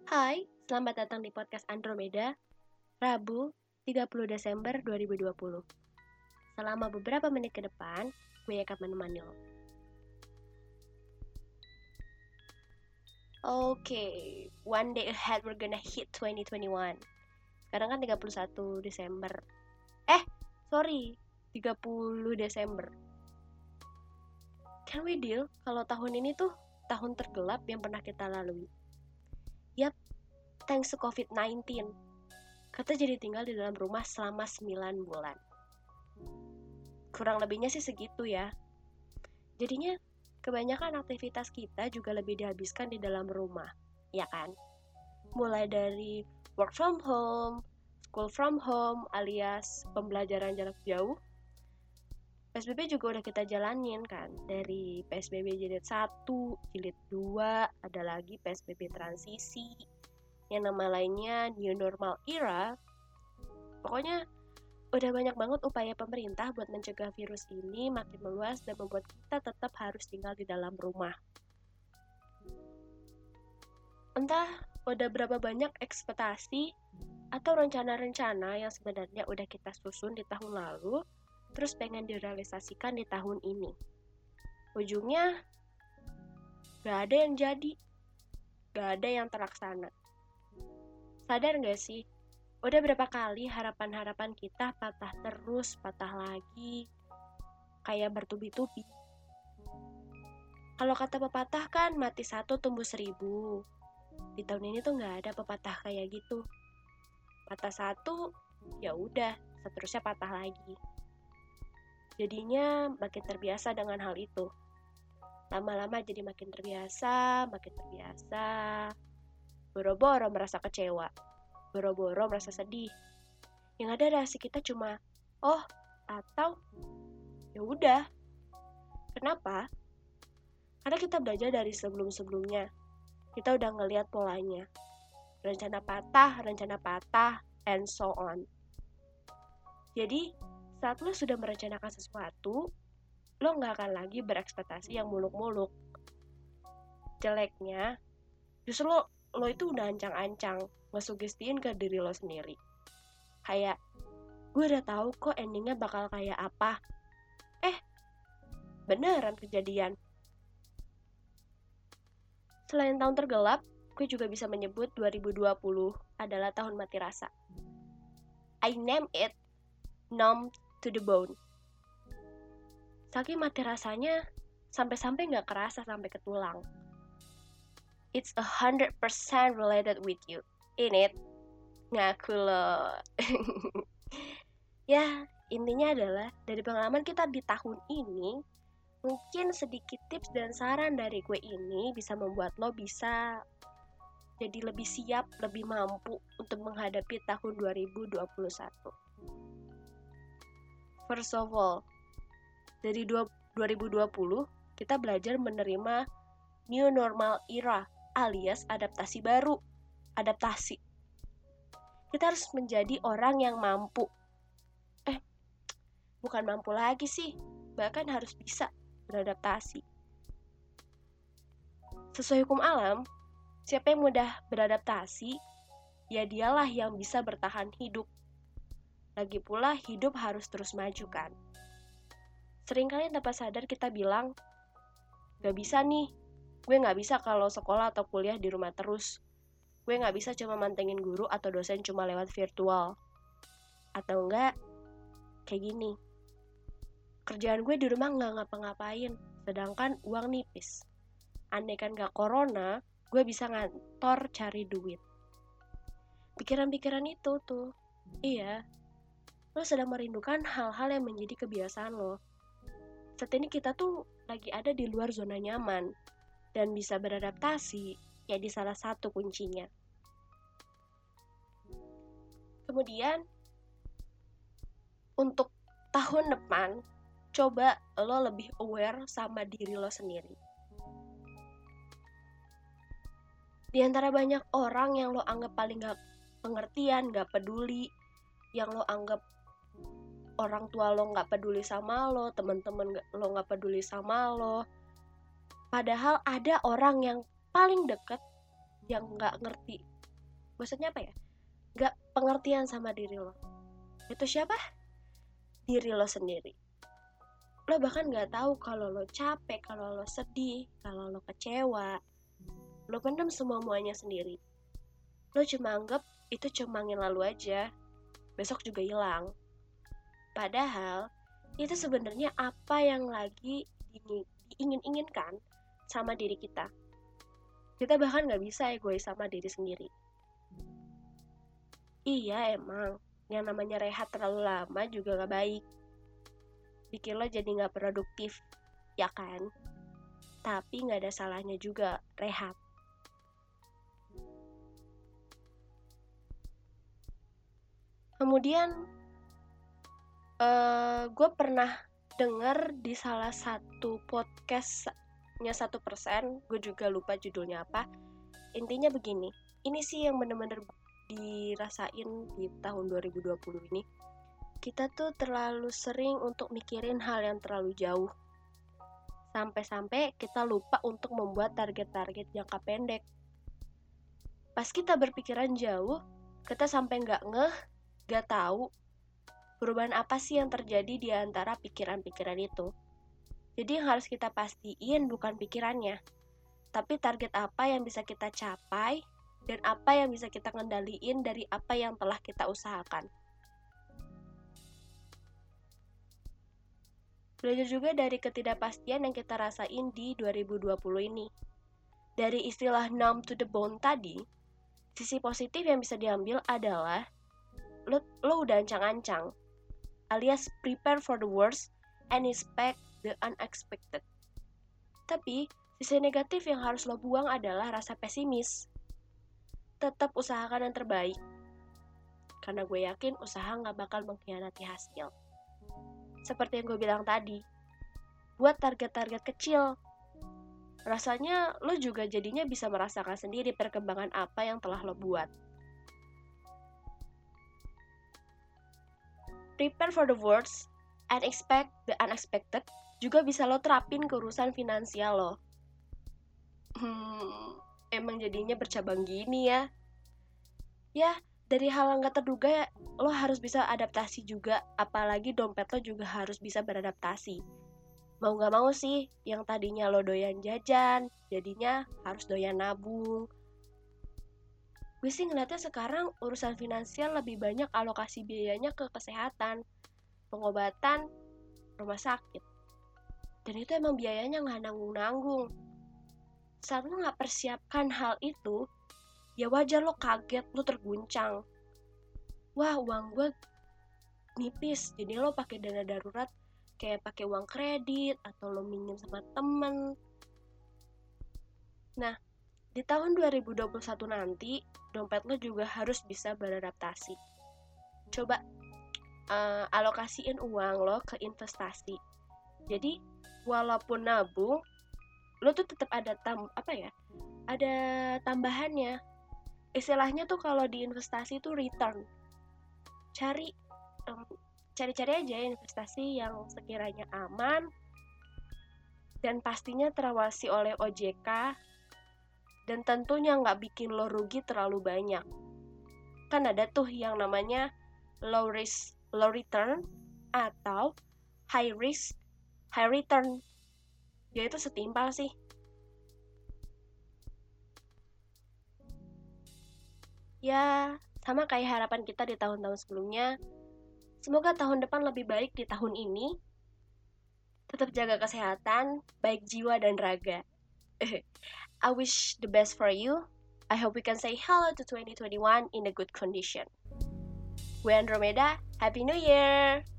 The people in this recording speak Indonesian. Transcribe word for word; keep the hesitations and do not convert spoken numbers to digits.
Hai, selamat datang di podcast Andromeda, Rabu, tiga puluh Desember dua ribu dua puluh. Selama beberapa menit ke depan, gue akan menemani lo. Oke, okay, one day ahead we're gonna hit twenty twenty-one. Sekarang kan tiga puluh satu Desember. Eh, sorry, tiga puluh Desember. Can we deal kalau tahun ini tuh tahun tergelap yang pernah kita lalui? Yap, thanks to covid sembilan belas. Kita jadi tinggal di dalam rumah selama sembilan bulan. Kurang lebihnya sih segitu ya. Jadinya kebanyakan aktivitas kita juga lebih dihabiskan di dalam rumah, ya kan? Mulai dari work from home, school from home, alias pembelajaran jarak jauh. P S B B juga udah kita jalanin kan, dari P S B B jilid satu, jilid dua, ada lagi P S B B transisi, yang nama lainnya New Normal Era. Pokoknya udah banyak banget upaya pemerintah buat mencegah virus ini makin meluas dan membuat kita tetap harus tinggal di dalam rumah. Entah udah berapa banyak ekspektasi atau rencana-rencana yang sebenarnya udah kita susun di tahun lalu, terus pengen direalisasikan di tahun ini. Ujungnya, gak ada yang jadi, gak ada yang terlaksana. Sadar gak sih? Udah berapa kali harapan-harapan kita patah terus, patah lagi, kayak bertubi-tubi. Kalau kata pepatah kan mati satu tumbuh seribu. Di tahun ini tuh gak ada pepatah kayak gitu. Patah satu, ya udah, seterusnya patah lagi. Jadinya makin terbiasa dengan hal itu. Lama-lama jadi makin terbiasa, makin terbiasa. Boro-boro merasa kecewa. Boro-boro merasa sedih. Yang ada reaksi kita cuma, oh, atau ya udah. Kenapa? Karena kita belajar dari sebelum-sebelumnya. Kita udah ngeliat polanya. Rencana patah, rencana patah, and so on. Jadi, saat lo sudah merencanakan sesuatu, lo gak akan lagi berekspektasi yang muluk-muluk. Jeleknya, justru lo, lo itu udah ancang-ancang ngesugestiin ke diri lo sendiri. Kayak, gue udah tahu kok endingnya bakal kayak apa. Eh, beneran kejadian. Selain tahun tergelap, gue juga bisa menyebut dua ribu dua puluh adalah tahun mati rasa. I name it numb to the bone. Saking mati rasanya, sampai-sampai gak kerasa sampai ke tulang. It's a hundred percent related with you, in it? Ngaku lo. Ya, intinya adalah dari pengalaman kita di tahun ini, mungkin sedikit tips dan saran dari gue ini bisa membuat lo bisa jadi lebih siap, lebih mampu untuk menghadapi tahun dua ribu dua puluh satu. First of all, dari dua ribu dua puluh, kita belajar menerima new normal era, alias adaptasi baru. Adaptasi. Kita harus menjadi orang yang mampu. Eh, bukan mampu lagi sih, bahkan harus bisa beradaptasi. Sesuai hukum alam, siapa yang mudah beradaptasi, ya dialah yang bisa bertahan hidup. Lagi pula hidup harus terus maju kan. Seringkali tanpa sadar kita bilang, gak bisa nih, gue gak bisa kalau sekolah atau kuliah di rumah terus. Gue gak bisa cuma mantengin guru atau dosen cuma lewat virtual. Atau enggak, kayak gini. Kerjaan gue di rumah gak ngapa-ngapain, sedangkan uang nipis. Andaikan gak corona, gue bisa ngantor cari duit. Pikiran-pikiran itu tuh, iya, lo sedang merindukan hal-hal yang menjadi kebiasaan lo. Saat ini kita tuh lagi ada di luar zona nyaman, dan bisa beradaptasi, ya di salah satu kuncinya. Kemudian, untuk tahun depan, coba lo lebih aware sama diri lo sendiri. Di antara banyak orang yang lo anggap paling gak pengertian, gak peduli, yang lo anggap orang tua lo gak peduli sama lo, teman-teman lo gak peduli sama lo, padahal ada orang yang paling dekat yang gak ngerti maksudnya apa ya, gak pengertian sama diri lo. Itu siapa? Diri lo sendiri. Lo bahkan gak tahu kalau lo capek, kalau lo sedih, kalau lo kecewa. Lo pendam semua-muanya sendiri. Lo cuma anggap itu cuma angin lalu aja, besok juga hilang. Padahal itu sebenarnya apa yang lagi diingin-inginkan sama diri kita. Kita bahkan gak bisa egois sama diri sendiri. Iya emang, yang namanya rehat terlalu lama juga gak baik. Bikin lo jadi gak produktif, ya kan? Tapi gak ada salahnya juga rehat. Kemudian, uh, gue pernah denger di salah satu podcastnya satu persen, gue juga lupa judulnya apa. Intinya begini, ini sih yang bener-bener dirasain di tahun dua ribu dua puluh ini. Kita tuh terlalu sering untuk mikirin hal yang terlalu jauh. Sampai-sampai kita lupa untuk membuat target-target jangka pendek. Pas kita berpikiran jauh, kita sampai gak ngeh, gak tahu perubahan apa sih yang terjadi di antara pikiran-pikiran itu. Jadi yang harus kita pastiin bukan pikirannya, tapi target apa yang bisa kita capai dan apa yang bisa kita kendaliin dari apa yang telah kita usahakan. Belajar juga dari ketidakpastian yang kita rasain di dua ribu dua puluh ini. Dari istilah numb to the bone tadi, sisi positif yang bisa diambil adalah lo, lo udah ancang-ancang, alias prepare for the worst and expect the unexpected. Tapi, sisi negatif yang harus lo buang adalah rasa pesimis. Tetap usahakan yang terbaik, karena gue yakin usaha gak bakal mengkhianati hasil. Seperti yang gue bilang tadi, buat target-target kecil. Rasanya lo juga jadinya bisa merasakan sendiri perkembangan apa yang telah lo buat. Prepare for the worst and expect the unexpected juga bisa lo terapin ke urusan finansial lo. Hmm, emang jadinya bercabang gini ya. Ya, dari hal yang gak terduga, lo harus bisa adaptasi juga, apalagi dompet lo juga harus bisa beradaptasi. Mau gak mau sih, yang tadinya lo doyan jajan, jadinya harus doyan nabung. Gue sih ngeliatnya sekarang urusan finansial lebih banyak alokasi biayanya ke kesehatan, pengobatan, rumah sakit. Dan itu emang biayanya gak nanggung-nanggung. Saat lo gak persiapkan hal itu, ya wajar lo kaget, lo terguncang. Wah, uang gue nipis, jadi lo pakai dana darurat kayak pakai uang kredit atau lo minjem sama temen. Nah, di tahun dua ribu dua puluh satu nanti, dompet lo juga harus bisa beradaptasi. Coba uh, alokasiin uang lo ke investasi. Jadi, walaupun nabung, lo tuh tetap ada tam apa ya? Ada tambahannya. Istilahnya tuh kalau di investasi tuh return. Cari um, cari-cari aja investasi yang sekiranya aman dan pastinya terawasi oleh O J K dan tentunya nggak bikin lo rugi terlalu banyak. Kan ada tuh yang namanya low risk, low return atau high risk, high return. Ya itu setimpal sih. Ya, sama kayak harapan kita di tahun-tahun sebelumnya. Semoga tahun depan lebih baik di tahun ini. Tetap jaga kesehatan, baik jiwa dan raga. I wish the best for you. I hope we can say hello to twenty twenty-one in a good condition. Gue Andromeda, Happy New Year!